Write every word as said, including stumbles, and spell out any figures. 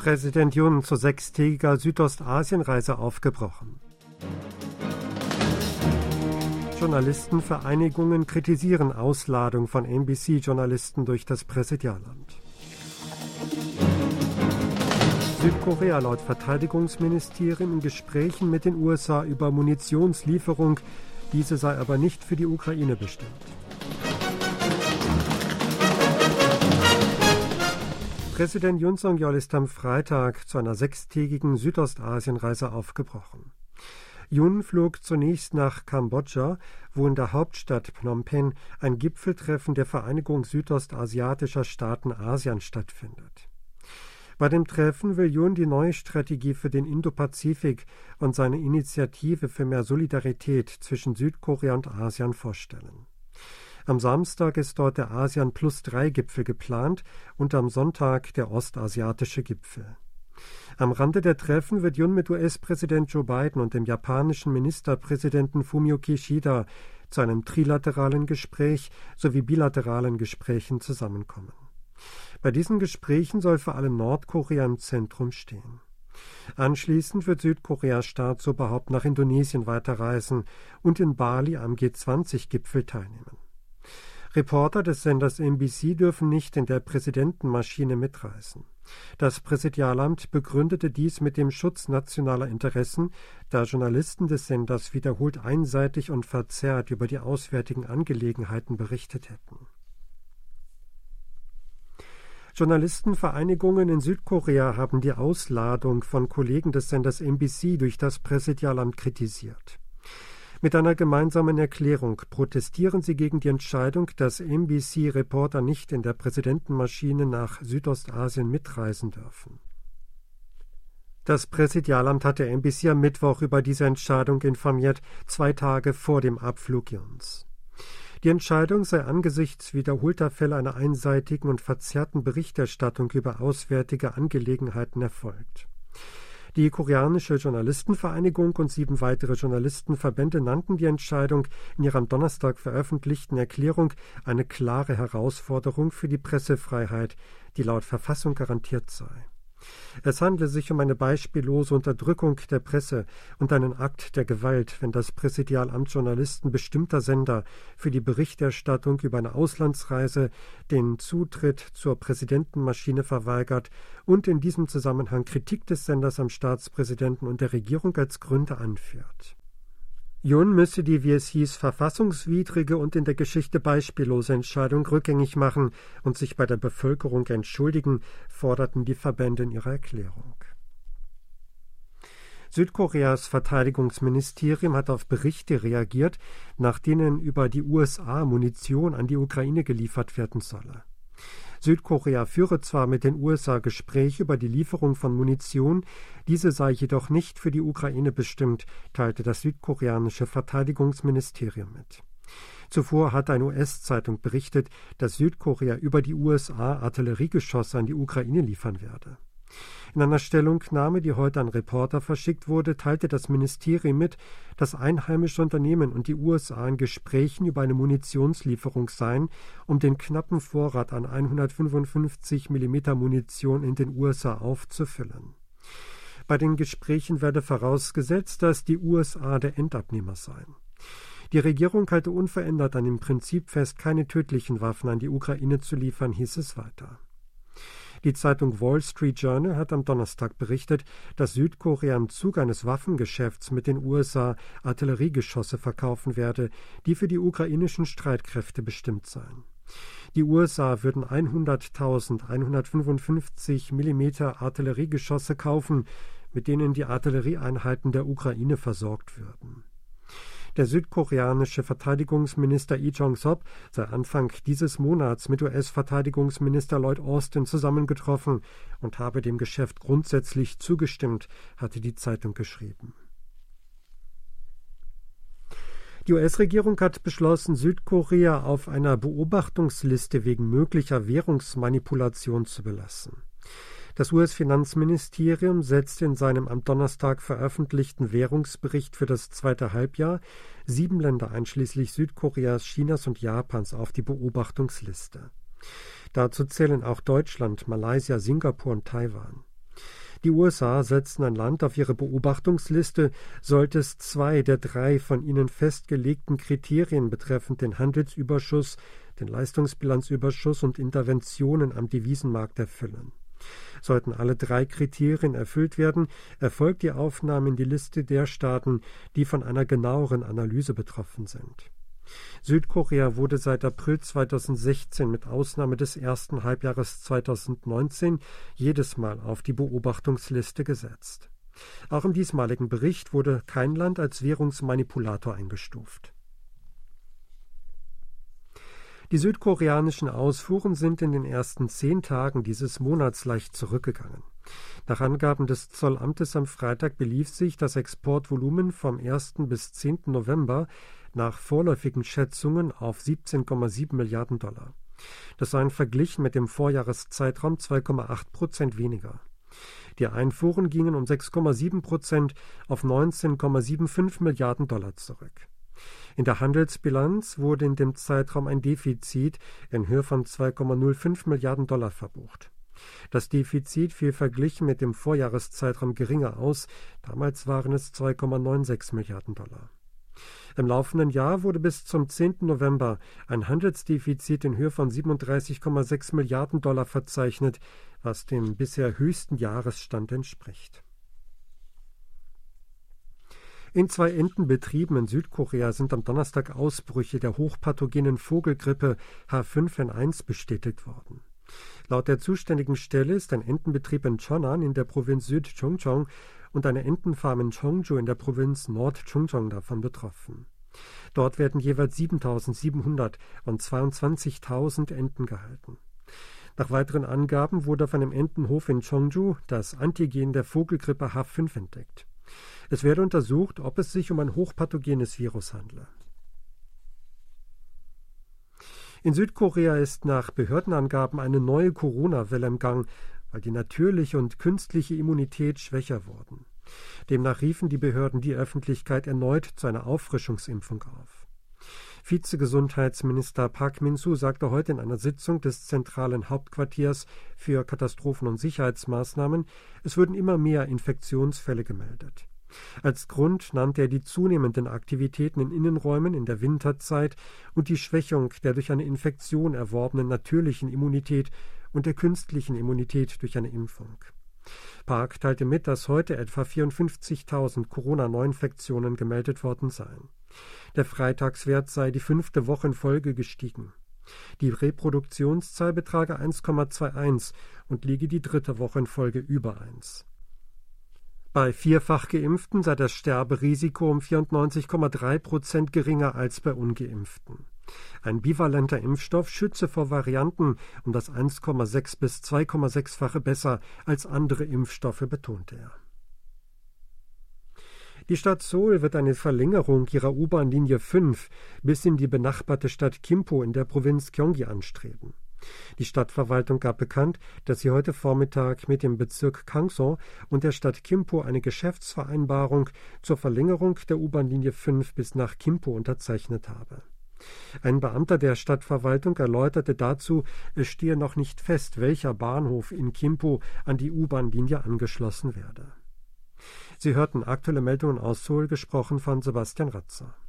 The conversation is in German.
Präsident Yoon zu sechstägiger Südostasienreise aufgebrochen. Journalistenvereinigungen kritisieren Ausladung von N B C-Journalisten durch das Präsidialamt. Südkorea laut Verteidigungsministerium in Gesprächen mit den U S A über Munitionslieferung. Diese sei aber nicht für die Ukraine bestimmt. Präsident Yoon Song-yeol ist am Freitag zu einer sechstägigen Südostasienreise aufgebrochen. Yoon flog zunächst nach Kambodscha, wo in der Hauptstadt Phnom Penh ein Gipfeltreffen der Vereinigung südostasiatischer Staaten ASEAN stattfindet. Bei dem Treffen will Yoon die neue Strategie für den Indopazifik und seine Initiative für mehr Solidarität zwischen Südkorea und ASEAN vorstellen. Am Samstag ist dort der ASEAN Plus drei Gipfel geplant und am Sonntag der ostasiatische Gipfel. Am Rande der Treffen wird Yoon mit U S-Präsident Joe Biden und dem japanischen Ministerpräsidenten Fumio Kishida zu einem trilateralen Gespräch sowie bilateralen Gesprächen zusammenkommen. Bei diesen Gesprächen soll vor allem Nordkorea im Zentrum stehen. Anschließend wird Südkoreas Staatsoberhaupt nach Indonesien weiterreisen und in Bali am G zwanzig Gipfel teilnehmen. Reporter des Senders N B C dürfen nicht in der Präsidentenmaschine mitreisen. Das Präsidialamt begründete dies mit dem Schutz nationaler Interessen, da Journalisten des Senders wiederholt einseitig und verzerrt über die auswärtigen Angelegenheiten berichtet hätten. Journalistenvereinigungen in Südkorea haben die Ausladung von Kollegen des Senders N B C durch das Präsidialamt kritisiert. Mit einer gemeinsamen Erklärung protestieren sie gegen die Entscheidung, dass N B C-Reporter nicht in der Präsidentenmaschine nach Südostasien mitreisen dürfen. Das Präsidialamt hatte N B C am Mittwoch über diese Entscheidung informiert, zwei Tage vor dem Abflug Yoons. Die Entscheidung sei angesichts wiederholter Fälle einer einseitigen und verzerrten Berichterstattung über auswärtige Angelegenheiten erfolgt. Die koreanische Journalistenvereinigung und sieben weitere Journalistenverbände nannten die Entscheidung in ihrer am Donnerstag veröffentlichten Erklärung eine klare Herausforderung für die Pressefreiheit, die laut Verfassung garantiert sei. Es handle sich um eine beispiellose Unterdrückung der Presse und einen Akt der Gewalt, wenn das Präsidialamt Journalisten bestimmter Sender für die Berichterstattung über eine Auslandsreise den Zutritt zur Präsidentenmaschine verweigert und in diesem Zusammenhang Kritik des Senders am Staatspräsidenten und der Regierung als Gründe anführt. Yoon müsse die, wie es hieß, verfassungswidrige und in der Geschichte beispiellose Entscheidung rückgängig machen und sich bei der Bevölkerung entschuldigen, forderten die Verbände in ihrer Erklärung. Südkoreas Verteidigungsministerium hat auf Berichte reagiert, nach denen über die U S A Munition an die Ukraine geliefert werden solle. Südkorea führe zwar mit den U S A Gespräche über die Lieferung von Munition, diese sei jedoch nicht für die Ukraine bestimmt, teilte das südkoreanische Verteidigungsministerium mit. Zuvor hatte eine U S-Zeitung berichtet, dass Südkorea über die U S A Artilleriegeschosse an die Ukraine liefern werde. In einer Stellungnahme, die heute an Reporter verschickt wurde, teilte das Ministerium mit, dass einheimische Unternehmen und die U S A in Gesprächen über eine Munitionslieferung seien, um den knappen Vorrat an hundertfünfundfünfzig Millimeter Munition in den U S A aufzufüllen. Bei den Gesprächen werde vorausgesetzt, dass die U S A der Endabnehmer seien. Die Regierung halte unverändert an dem Prinzip fest, keine tödlichen Waffen an die Ukraine zu liefern, hieß es weiter. Die Zeitung Wall Street Journal hat am Donnerstag berichtet, dass Südkorea im Zuge eines Waffengeschäfts mit den U S A Artilleriegeschosse verkaufen werde, die für die ukrainischen Streitkräfte bestimmt seien. Die U S A würden hunderttausend hundertfünfundfünfzig Millimeter Artilleriegeschosse kaufen, mit denen die Artillerieeinheiten der Ukraine versorgt würden. Der südkoreanische Verteidigungsminister Lee Jong-sop sei Anfang dieses Monats mit U S-Verteidigungsminister Lloyd Austin zusammengetroffen und habe dem Geschäft grundsätzlich zugestimmt, hatte die Zeitung geschrieben. Die U S-Regierung hat beschlossen, Südkorea auf einer Beobachtungsliste wegen möglicher Währungsmanipulation zu belassen. Das U S-Finanzministerium setzte in seinem am Donnerstag veröffentlichten Währungsbericht für das zweite Halbjahr sieben Länder einschließlich Südkoreas, Chinas und Japans auf die Beobachtungsliste. Dazu zählen auch Deutschland, Malaysia, Singapur und Taiwan. Die U S A setzen ein Land auf ihre Beobachtungsliste, sollte es zwei der drei von ihnen festgelegten Kriterien betreffend den Handelsüberschuss, den Leistungsbilanzüberschuss und Interventionen am Devisenmarkt erfüllen. Sollten alle drei Kriterien erfüllt werden, erfolgt die Aufnahme in die Liste der Staaten, die von einer genaueren Analyse betroffen sind. Südkorea wurde seit April zweitausendsechzehn mit Ausnahme des ersten Halbjahres zweitausendneunzehn jedes Mal auf die Beobachtungsliste gesetzt. Auch im diesmaligen Bericht wurde kein Land als Währungsmanipulator eingestuft. Die südkoreanischen Ausfuhren sind in den ersten zehn Tagen dieses Monats leicht zurückgegangen. Nach Angaben des Zollamtes am Freitag belief sich das Exportvolumen vom ersten bis zehnten November nach vorläufigen Schätzungen auf siebzehn Komma sieben Milliarden Dollar. Das seien verglichen mit dem Vorjahreszeitraum zwei Komma acht Prozent weniger. Die Einfuhren gingen um sechs Komma sieben Prozent auf neunzehn Komma fünfundsiebzig Milliarden Dollar zurück. In der Handelsbilanz wurde in dem Zeitraum ein Defizit in Höhe von zwei Komma null fünf Milliarden Dollar verbucht. Das Defizit fiel verglichen mit dem Vorjahreszeitraum geringer aus, damals waren es zwei Komma sechsundneunzig Milliarden Dollar. Im laufenden Jahr wurde bis zum zehnten November ein Handelsdefizit in Höhe von siebenunddreißig Komma sechs Milliarden Dollar verzeichnet, was dem bisher höchsten Jahresstand entspricht. In zwei Entenbetrieben in Südkorea sind am Donnerstag Ausbrüche der hochpathogenen Vogelgrippe H fünf N eins bestätigt worden. Laut der zuständigen Stelle ist ein Entenbetrieb in Cheonan in der Provinz Süd-Chungcheong und eine Entenfarm in Cheongju in der Provinz Nord-Chungcheong davon betroffen. Dort werden jeweils siebentausendsiebenhundert und zweiundzwanzigtausend Enten gehalten. Nach weiteren Angaben wurde auf einem Entenhof in Cheongju das Antigen der Vogelgrippe H fünf entdeckt. Es werde untersucht, ob es sich um ein hochpathogenes Virus handle. In Südkorea ist nach Behördenangaben eine neue Corona-Welle im Gang, weil die natürliche und künstliche Immunität schwächer wurden. Demnach riefen die Behörden die Öffentlichkeit erneut zu einer Auffrischungsimpfung auf. Vizegesundheitsminister Park Min-soo sagte heute in einer Sitzung des zentralen Hauptquartiers für Katastrophen- und Sicherheitsmaßnahmen, es würden immer mehr Infektionsfälle gemeldet. Als Grund nannte er die zunehmenden Aktivitäten in Innenräumen in der Winterzeit und die Schwächung der durch eine Infektion erworbenen natürlichen Immunität und der künstlichen Immunität durch eine Impfung. Park teilte mit, dass heute etwa vierundfünfzigtausend Corona-Neuinfektionen gemeldet worden seien. Der Freitagswert sei die fünfte Woche in Folge gestiegen. Die Reproduktionszahl betrage eins Komma einundzwanzig und liege die dritte Woche in Folge über eins. Bei vierfach Geimpften sei das Sterberisiko um vierundneunzig Komma drei Prozent geringer als bei Ungeimpften. Ein bivalenter Impfstoff schütze vor Varianten um das eins Komma sechs bis zwei Komma sechs-fache besser als andere Impfstoffe, betonte er. Die Stadt Seoul wird eine Verlängerung ihrer U-Bahn-Linie fünf bis in die benachbarte Stadt Gimpo in der Provinz Gyeonggi anstreben. Die Stadtverwaltung gab bekannt, dass sie heute Vormittag mit dem Bezirk Kangso und der Stadt Gimpo eine Geschäftsvereinbarung zur Verlängerung der U-Bahn-Linie fünf bis nach Gimpo unterzeichnet habe. Ein Beamter der Stadtverwaltung erläuterte dazu, es stehe noch nicht fest, welcher Bahnhof in Gimpo an die U-Bahn-Linie angeschlossen werde. Sie hörten aktuelle Meldungen aus Seoul, gesprochen von Sebastian Ratzer.